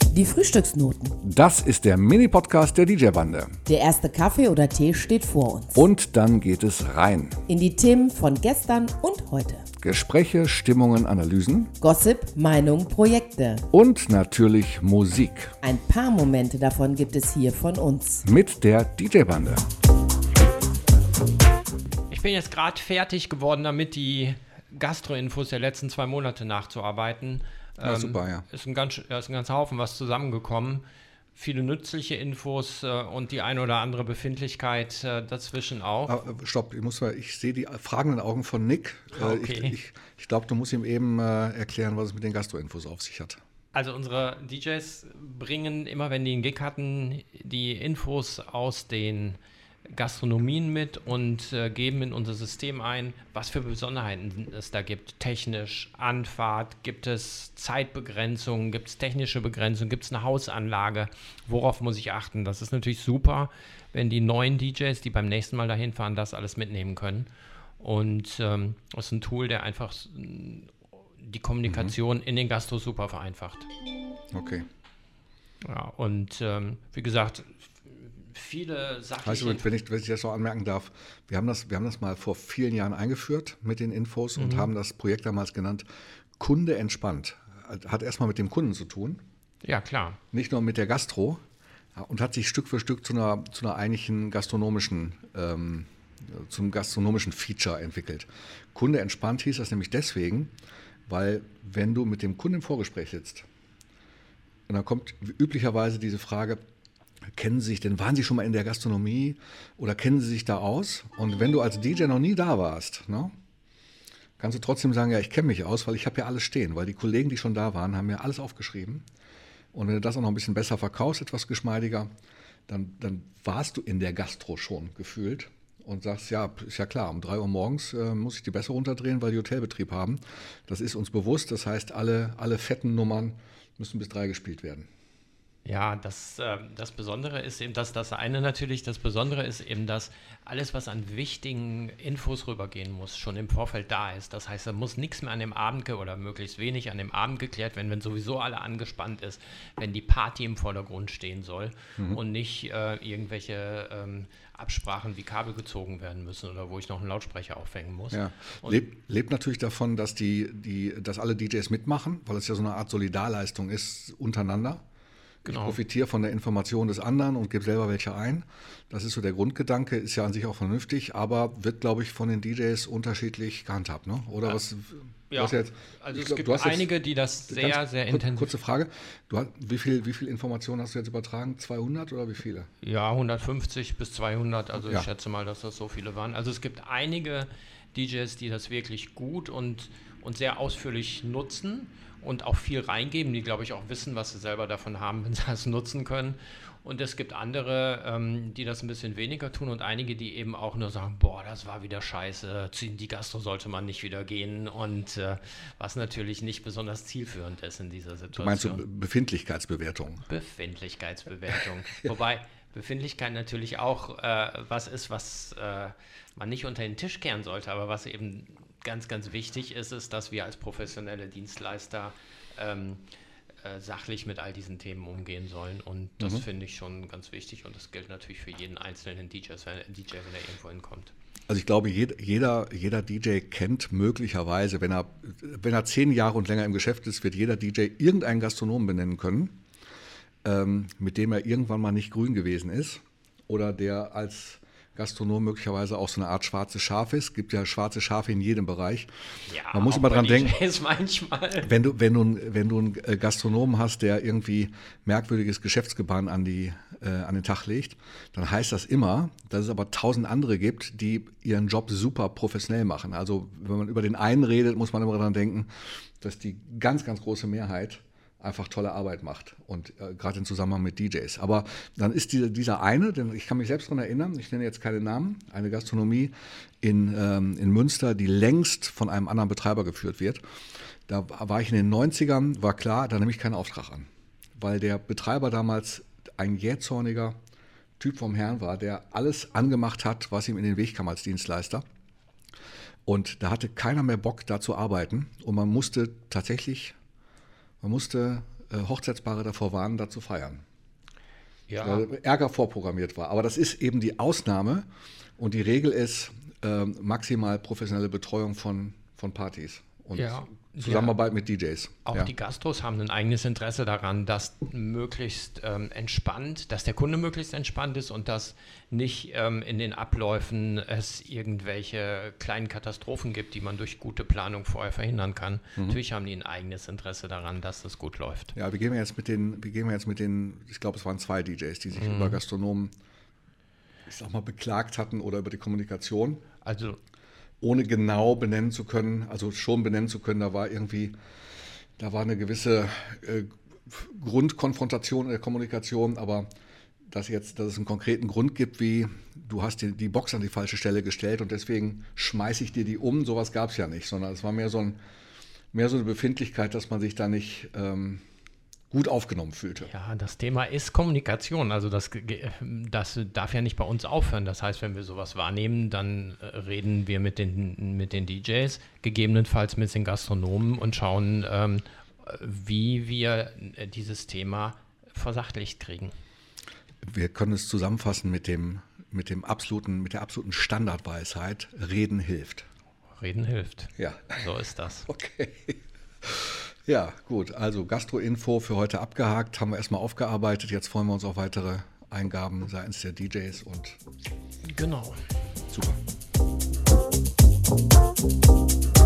Die Frühstücksnoten. Das ist der Mini-Podcast der DJ-Bande. Der erste Kaffee oder Tee steht vor uns. Und dann geht es rein. In die Themen von gestern und heute. Gespräche, Stimmungen, Analysen. Gossip, Meinung, Projekte. Und natürlich Musik. Ein paar Momente davon gibt es hier von uns. Mit der DJ-Bande. Ich bin jetzt gerade fertig geworden, damit die Gastro-Infos der letzten 2 Monate nachzuarbeiten. Ja, super, ja. Ist ein ganzer Haufen was zusammengekommen. Viele nützliche Infos und die eine oder andere Befindlichkeit dazwischen auch. Aber, stopp, ich sehe die fragenden Augen von Nick. Okay. Ich glaube, du musst ihm eben erklären, was es mit den Gastro-Infos auf sich hat. Also unsere DJs bringen immer, wenn die einen Gig hatten, die Infos aus den Gastronomien mit und geben in unser System ein, was für Besonderheiten es da gibt. Technisch, Anfahrt, gibt es Zeitbegrenzungen, gibt es technische Begrenzungen, gibt es eine Hausanlage, worauf muss ich achten? Das ist natürlich super, wenn die neuen DJs, die beim nächsten Mal dahin fahren, das alles mitnehmen können. Und das ist ein Tool, der einfach die Kommunikation in den Gastros super vereinfacht. Okay. Ja, und wie gesagt, viele sachliche... Also, wenn ich das noch anmerken darf, wir haben das mal vor vielen Jahren eingeführt mit den Infos und haben das Projekt damals genannt Kunde entspannt. Hat erstmal mit dem Kunden zu tun. Ja, klar. Nicht nur mit der Gastro und hat sich Stück für Stück zu einer eigentlichen zum gastronomischen Feature entwickelt. Kunde entspannt hieß das nämlich deswegen, weil wenn du mit dem Kunden im Vorgespräch sitzt und dann kommt üblicherweise diese Frage, kennen Sie sich denn, waren Sie schon mal in der Gastronomie oder kennen Sie sich da aus? Und wenn du als DJ noch nie da warst, ne, kannst du trotzdem sagen, ja, ich kenne mich aus, weil ich habe ja alles stehen, weil die Kollegen, die schon da waren, haben mir alles aufgeschrieben. Und wenn du das auch noch ein bisschen besser verkaufst, etwas geschmeidiger, dann warst du in der Gastro schon gefühlt und sagst, ja, ist ja klar, um 3 Uhr morgens muss ich die Bässe runterdrehen, weil die Hotelbetrieb haben. Das ist uns bewusst, das heißt, alle fetten Nummern müssen bis 3 gespielt werden. Ja, das Besondere ist eben, dass das eine natürlich, das Besondere ist eben, dass alles, was an wichtigen Infos rübergehen muss, schon im Vorfeld da ist. Das heißt, da muss nichts mehr an dem Abend oder möglichst wenig an dem Abend geklärt werden, wenn sowieso alle angespannt ist, wenn die Party im Vordergrund stehen soll und nicht irgendwelche Absprachen wie Kabel gezogen werden müssen oder wo ich noch einen Lautsprecher aufhängen muss. Ja. Lebt natürlich davon, dass dass alle DJs mitmachen, weil es ja so eine Art Solidarleistung ist untereinander. Genau. Ich profitiere von der Information des anderen und gebe selber welche ein. Das ist so der Grundgedanke, ist ja an sich auch vernünftig, aber wird, glaube ich, von den DJs unterschiedlich gehandhabt, ne? Oder ja. was? Ja, also es gibt einige, die das sehr intensiv... Kurze Frage, wie viel Informationen hast du jetzt übertragen? 200 oder wie viele? Ja, 150 bis 200, also ich schätze mal, dass das so viele waren. Also es gibt einige DJs, die das wirklich gut und sehr ausführlich nutzen und auch viel reingeben, die, glaube ich, auch wissen, was sie selber davon haben, wenn sie das nutzen können. Und es gibt andere, die das ein bisschen weniger tun und einige, die eben auch nur sagen, boah, das war wieder scheiße, in die Gastro sollte man nicht wieder gehen und was natürlich nicht besonders zielführend ist in dieser Situation. Du meinst Befindlichkeitsbewertung? Befindlichkeitsbewertung. Ja. Wobei Befindlichkeit natürlich auch was ist, was man nicht unter den Tisch kehren sollte, aber was eben ganz, ganz wichtig ist, dass wir als professionelle Dienstleister sachlich mit all diesen Themen umgehen sollen. Und das finde ich schon ganz wichtig. Und das gilt natürlich für jeden einzelnen DJ, wenn er irgendwo hinkommt. Also ich glaube, jeder DJ kennt möglicherweise, wenn er 10 Jahre und länger im Geschäft ist, wird jeder DJ irgendeinen Gastronomen benennen können, mit dem er irgendwann mal nicht grün gewesen ist oder der als Gastronom möglicherweise auch so eine Art schwarzes Schaf ist. Es gibt ja schwarze Schafe in jedem Bereich. Ja, man muss immer dran denken, manchmal. Wenn du einen Gastronomen hast, der irgendwie merkwürdiges Geschäftsgebaren an den Tag legt, dann heißt das immer, dass es aber 1000 andere gibt, die ihren Job super professionell machen. Also wenn man über den einen redet, muss man immer dran denken, dass die ganz, ganz große Mehrheit einfach tolle Arbeit macht und gerade im Zusammenhang mit DJs. Aber dann ist dieser eine, denn ich kann mich selbst daran erinnern, ich nenne jetzt keine Namen, eine Gastronomie in Münster, die längst von einem anderen Betreiber geführt wird. Da war ich in den 90ern, war klar, da nehme ich keinen Auftrag an, weil der Betreiber damals ein jähzorniger Typ vom Herrn war, der alles angemacht hat, was ihm in den Weg kam als Dienstleister. Und da hatte keiner mehr Bock, da zu arbeiten und man musste Hochzeitspaare davor warnen, da zu feiern. Ja. Weil Ärger vorprogrammiert war. Aber das ist eben die Ausnahme und die Regel ist maximal professionelle Betreuung von Partys und Zusammenarbeit mit DJs. Auch die Gastros haben ein eigenes Interesse daran, dass möglichst entspannt, dass der Kunde möglichst entspannt ist und dass nicht in den Abläufen es irgendwelche kleinen Katastrophen gibt, die man durch gute Planung vorher verhindern kann. Natürlich haben die ein eigenes Interesse daran, dass das gut läuft. Ja, wir gehen jetzt mit den, ich glaube, es waren 2 DJs, die sich über Gastronomen, ich sag mal, beklagt hatten oder über die Kommunikation. Also ohne genau benennen zu können, also schon benennen zu können, da war eine gewisse Grundkonfrontation in der Kommunikation, aber dass es einen konkreten Grund gibt, wie du hast die Box an die falsche Stelle gestellt und deswegen schmeiße ich dir die um, sowas gab es ja nicht, sondern es war mehr so eine Befindlichkeit, dass man sich da nicht gut aufgenommen fühlte. Ja, das Thema ist Kommunikation. Also das darf ja nicht bei uns aufhören. Das heißt, wenn wir sowas wahrnehmen, dann reden wir mit den DJs, gegebenenfalls mit den Gastronomen und schauen, wie wir dieses Thema versachlicht kriegen. Wir können es zusammenfassen mit der absoluten Standardweisheit: Reden hilft. Reden hilft. Ja. So ist das. Okay. Ja, gut. Also Gastro-Info für heute abgehakt, haben wir erstmal aufgearbeitet. Jetzt freuen wir uns auf weitere Eingaben seitens der DJs und genau. Super.